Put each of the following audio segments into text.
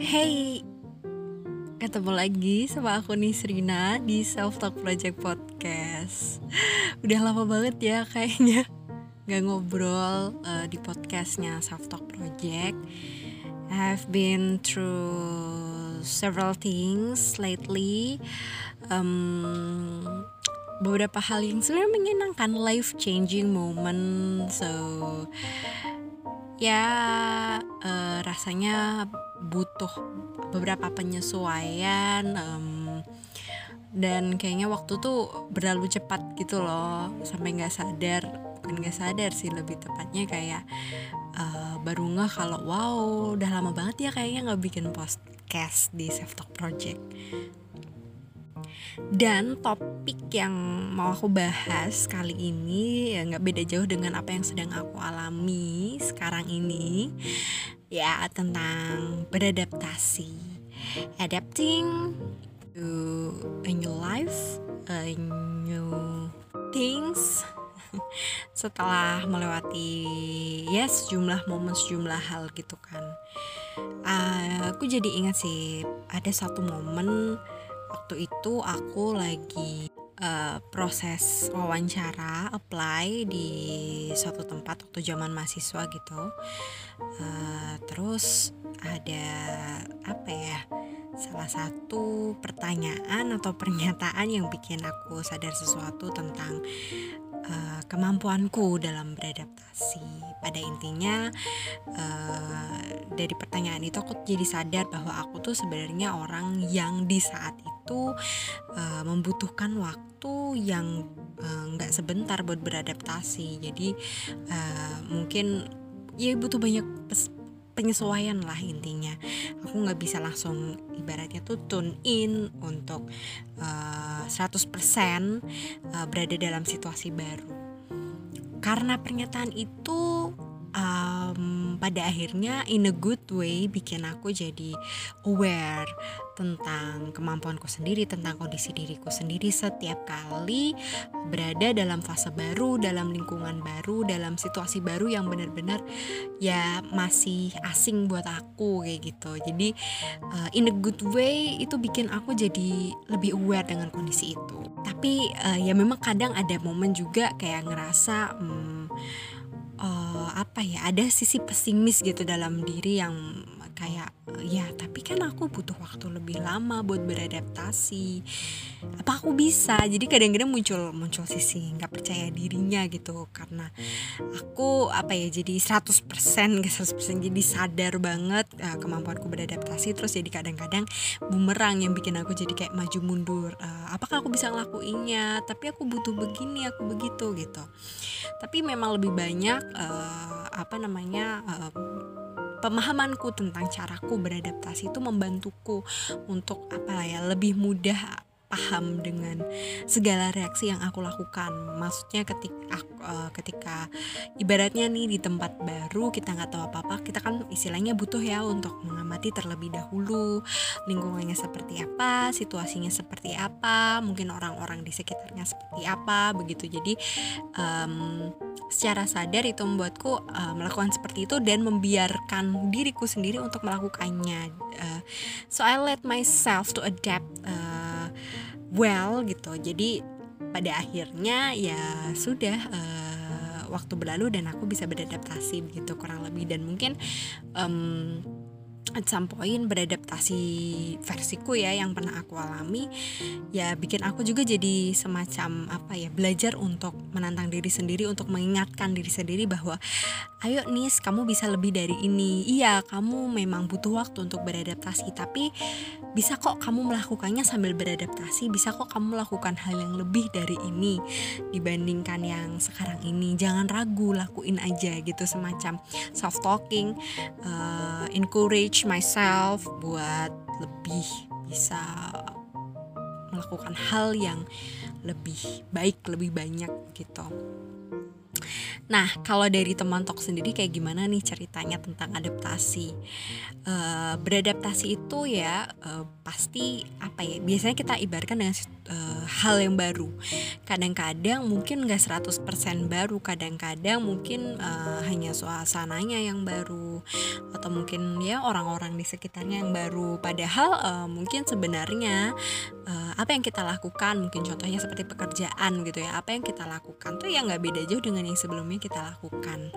Hey, ketemu lagi sama aku nih Srina di Self Talk Project Podcast. Udah lama banget ya kayaknya gak ngobrol di podcastnya Self Talk Project. I've been through several things lately. Beberapa hal yang sebenarnya menyenangkan, life changing moment. So ya rasanya butuh beberapa penyesuaian, dan kayaknya waktu tuh berlalu cepat gitu loh, sampai bukan nggak sadar sih, lebih tepatnya kayak baru ngeh kalau wow, udah lama banget ya kayaknya nggak bikin podcast di Self Talk Project. Dan topik yang mau aku bahas kali ini ya nggak beda jauh dengan apa yang sedang aku alami sekarang ini, ya tentang beradaptasi, adapting to a new life, a new things setelah melewati sejumlah momen, sejumlah hal gitu kan. Aku jadi ingat sih ada satu momen waktu itu aku lagi proses wawancara apply di suatu tempat waktu zaman mahasiswa gitu. Terus ada salah satu pertanyaan atau pernyataan yang bikin aku sadar sesuatu tentang kemampuanku dalam beradaptasi. Pada intinya dari pertanyaan itu aku jadi sadar bahwa aku tuh sebenarnya orang yang di saat itu membutuhkan waktu yang nggak sebentar buat beradaptasi. Jadi mungkin ya butuh banyak penyesuaian lah intinya. Aku nggak bisa langsung ibaratnya tuh tune in untuk 100% berada dalam situasi baru. Karena pernyataan itu pada akhirnya in a good way bikin aku jadi aware tentang kemampuanku sendiri, tentang kondisi diriku sendiri setiap kali berada dalam fase baru, dalam lingkungan baru, dalam situasi baru yang benar-benar ya masih asing buat aku kayak gitu. Jadi in a good way itu bikin aku jadi lebih aware dengan kondisi itu. Tapi ya memang kadang ada momen juga kayak ngerasa ada sisi pesimis gitu dalam diri yang kayak ya tapi kan aku butuh waktu lebih lama buat beradaptasi, apa aku bisa. Jadi kadang-kadang muncul sisi nggak percaya dirinya gitu, karena aku jadi 100% jadi sadar banget kemampuanku beradaptasi, terus jadi kadang-kadang bumerang yang bikin aku jadi kayak maju mundur. Apakah aku bisa ngelakuinnya, tapi aku butuh begini, aku begitu gitu. Tapi memang lebih banyak pemahamanku tentang caraku beradaptasi itu membantuku untuk lebih mudah paham dengan segala reaksi yang aku lakukan. Maksudnya ketika ibaratnya nih di tempat baru kita nggak tahu apa-apa, kita kan istilahnya butuh ya untuk mengamati terlebih dahulu lingkungannya seperti apa, situasinya seperti apa, mungkin orang-orang di sekitarnya seperti apa begitu. Jadi secara sadar itu membuatku melakukan seperti itu dan membiarkan diriku sendiri untuk melakukannya. So I let myself to adapt well gitu. Jadi pada akhirnya ya sudah, waktu berlalu dan aku bisa beradaptasi begitu kurang lebih. Dan mungkin at some point beradaptasi versiku ya yang pernah aku alami ya bikin aku juga jadi semacam belajar untuk menantang diri sendiri, untuk mengingatkan diri sendiri bahwa ayo Nis, kamu bisa lebih dari ini. Iya, kamu memang butuh waktu untuk beradaptasi, tapi bisa kok kamu melakukannya sambil beradaptasi, bisa kok kamu melakukan hal yang lebih dari ini dibandingkan yang sekarang ini. Jangan ragu, lakuin aja gitu, semacam self talking, encourage myself buat lebih bisa melakukan hal yang lebih baik, lebih banyak gitu. Nah, kalau dari teman talk sendiri kayak gimana nih ceritanya tentang adaptasi? Beradaptasi itu ya pasti biasanya kita ibaratkan dengan hal yang baru. Kadang-kadang mungkin gak 100% baru, kadang-kadang mungkin hanya suasananya yang baru, atau mungkin ya orang-orang di sekitarnya yang baru. Padahal mungkin sebenarnya apa yang kita lakukan, mungkin contohnya seperti pekerjaan gitu ya, apa yang kita lakukan tuh ya gak beda jauh dengan yang sebelumnya kita lakukan.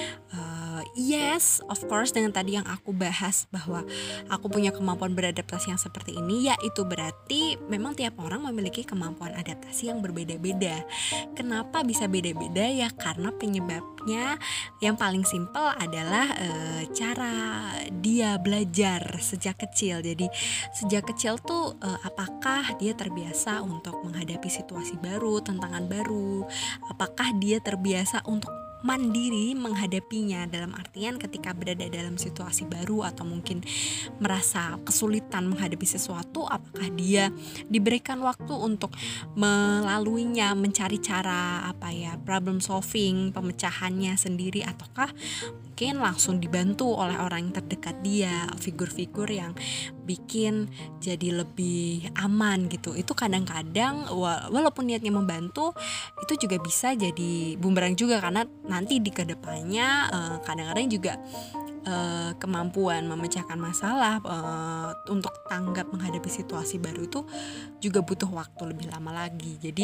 Yes, of course, dengan tadi yang aku bahas bahwa aku punya kemampuan beradaptasi yang seperti ini, ya itu berarti memang tiap orang memiliki kemampuan adaptasi yang berbeda-beda. Kenapa bisa beda-beda? Ya karena penyebabnya yang paling simpel adalah cara dia belajar sejak kecil. Jadi sejak kecil tuh apakah dia terbiasa untuk menghadapi situasi baru, tantangan baru, apakah dia terbiasa untuk mandiri menghadapinya, dalam artian ketika berada dalam situasi baru atau mungkin merasa kesulitan menghadapi sesuatu, apakah dia diberikan waktu untuk melaluinya, mencari cara problem solving, pemecahannya sendiri, ataukah mungkin langsung dibantu oleh orang yang terdekat dia, figur-figur yang bikin jadi lebih aman gitu. Itu kadang-kadang walaupun niatnya membantu, itu juga bisa jadi bumerang juga, karena nanti di kedepannya kadang-kadang juga kemampuan memecahkan masalah, untuk tanggap menghadapi situasi baru itu juga butuh waktu lebih lama lagi. Jadi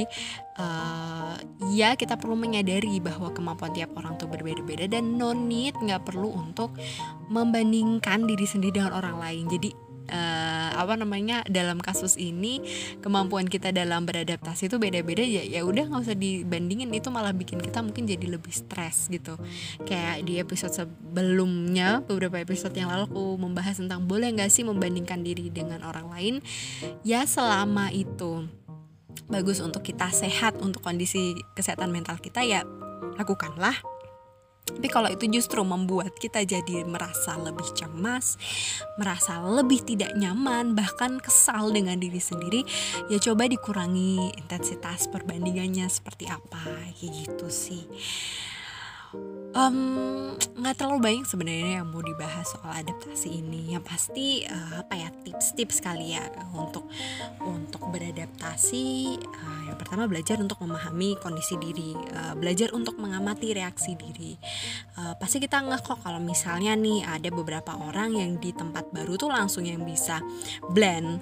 ya kita perlu menyadari bahwa kemampuan tiap orang tuh berbeda-beda, dan no need, nggak perlu untuk membandingkan diri sendiri dengan orang lain. Jadi dalam kasus ini kemampuan kita dalam beradaptasi itu beda-beda, ya udah nggak usah dibandingin, itu malah bikin kita mungkin jadi lebih stres gitu. Kayak di episode sebelumnya, beberapa episode yang lalu aku membahas tentang boleh nggak sih membandingkan diri dengan orang lain. Ya selama itu bagus untuk kita sehat, untuk kondisi kesehatan mental kita, ya lakukanlah. Tapi kalau itu justru membuat kita jadi merasa lebih cemas, merasa lebih tidak nyaman, bahkan kesal dengan diri sendiri, ya coba dikurangi intensitas perbandingannya seperti apa, kayak gitu sih. Nggak terlalu banyak sebenarnya yang mau dibahas soal adaptasi ini. Yang pasti tips-tips kali ya untuk beradaptasi. Yang pertama, belajar untuk memahami kondisi diri, belajar untuk mengamati reaksi diri. Pasti kita kok kalau misalnya nih ada beberapa orang yang di tempat baru tuh langsung yang bisa blend,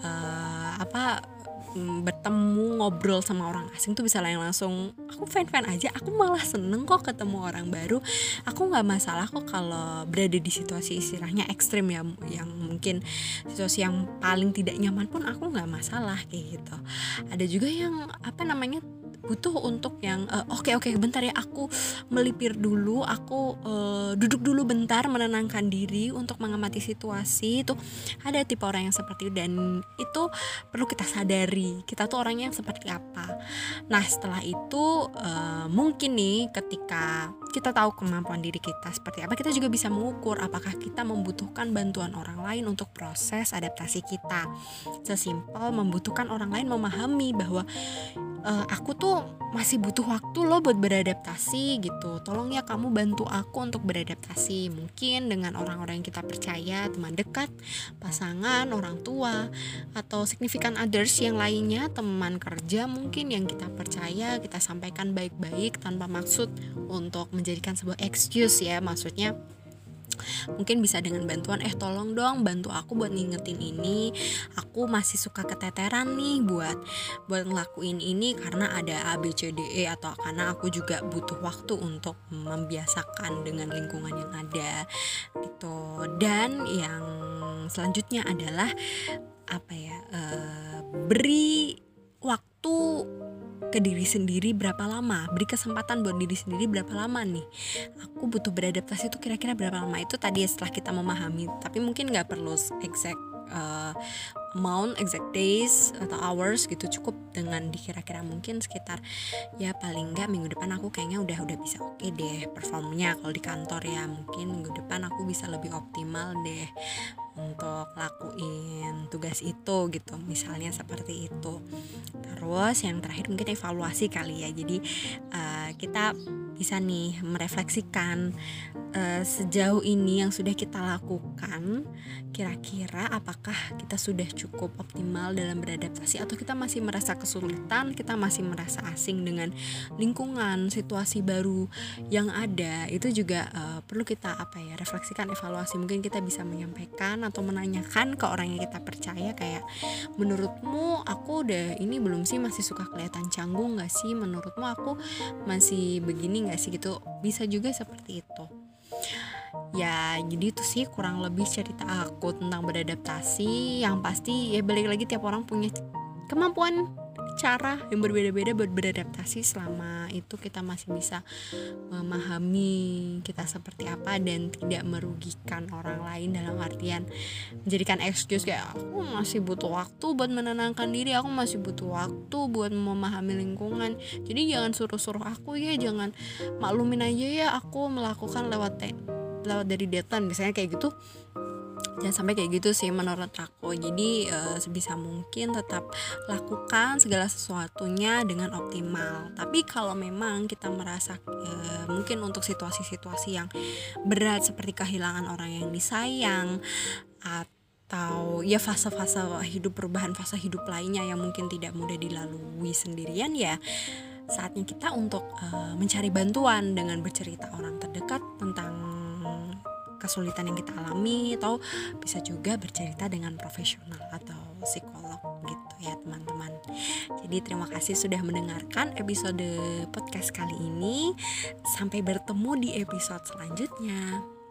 bertemu, ngobrol sama orang asing tuh bisa langsung, aku fine-fine aja, aku malah seneng kok ketemu orang baru, aku nggak masalah kok kalau berada di situasi istilahnya ekstrim ya, yang mungkin situasi yang paling tidak nyaman pun aku nggak masalah kayak gitu. Ada juga yang butuh untuk yang oke, bentar ya, aku melipir dulu, aku duduk dulu bentar, menenangkan diri untuk mengamati situasi. Itu ada tipe orang yang seperti itu, dan itu perlu kita sadari kita tuh orangnya yang seperti apa. Nah setelah itu mungkin nih ketika kita tahu kemampuan diri kita seperti apa, kita juga bisa mengukur apakah kita membutuhkan bantuan orang lain untuk proses adaptasi kita. Sesimpel membutuhkan orang lain memahami bahwa aku tuh masih butuh waktu loh buat beradaptasi gitu, tolong ya kamu bantu aku untuk beradaptasi. Mungkin dengan orang-orang yang kita percaya, teman dekat, pasangan, orang tua, atau significant others yang lainnya, teman kerja mungkin yang kita percaya, kita sampaikan baik-baik tanpa maksud untuk menjadikan sebuah excuse ya. Maksudnya mungkin bisa dengan bantuan, tolong dong bantu aku buat ngingetin ini, aku masih suka keteteran nih buat ngelakuin ini karena ada A, B, C, D, E, atau karena aku juga butuh waktu untuk membiasakan dengan lingkungan yang ada gitu. Dan yang selanjutnya adalah beri waktu ke diri sendiri berapa lama, beri kesempatan buat diri sendiri berapa lama nih aku butuh beradaptasi itu, kira-kira berapa lama. Itu tadi setelah kita memahami, tapi mungkin gak perlu exact amount, exact days atau hours gitu, cukup dengan dikira-kira mungkin sekitar ya paling gak minggu depan aku kayaknya udah bisa oke deh performnya. Kalau di kantor ya mungkin minggu depan aku bisa lebih optimal deh untuk lakuin tugas itu gitu, misalnya seperti itu. Terus yang terakhir mungkin evaluasi kali ya. Jadi kita bisa nih merefleksikan sejauh ini yang sudah kita lakukan, kira-kira apakah kita sudah cukup optimal dalam beradaptasi atau kita masih merasa kesulitan, kita masih merasa asing dengan lingkungan, situasi baru yang ada. Itu juga perlu kita refleksikan, evaluasi. Mungkin kita bisa menyampaikan atau menanyakan ke orang yang kita percaya, kayak menurutmu aku udah ini belum sih, masih suka kelihatan canggung gak sih, menurutmu aku masih begini gak sih gitu. Bisa juga seperti itu. Ya jadi itu sih kurang lebih cerita aku tentang beradaptasi. Yang pasti ya balik lagi, tiap orang punya kemampuan cara yang berbeda-beda buat beradaptasi, selama itu kita masih bisa memahami kita seperti apa dan tidak merugikan orang lain, dalam artian menjadikan excuse kayak aku masih butuh waktu buat menenangkan diri, aku masih butuh waktu buat memahami lingkungan, jadi jangan suruh-suruh aku ya, jangan maklumin aja ya aku melakukan lewat dari deadline, misalnya kayak gitu. Jangan sampai kayak gitu sih menurut aku. Jadi sebisa mungkin tetap lakukan segala sesuatunya dengan optimal. Tapi kalau memang kita merasa mungkin untuk situasi-situasi yang berat seperti kehilangan orang yang disayang, atau ya fase-fase hidup, perubahan fase hidup lainnya yang mungkin tidak mudah dilalui sendirian, ya saatnya kita untuk mencari bantuan dengan bercerita orang terdekat tentang kesulitan yang kita alami, atau bisa juga bercerita dengan profesional atau psikolog gitu ya teman-teman. Jadi terima kasih sudah mendengarkan episode podcast kali ini. Sampai bertemu di episode selanjutnya.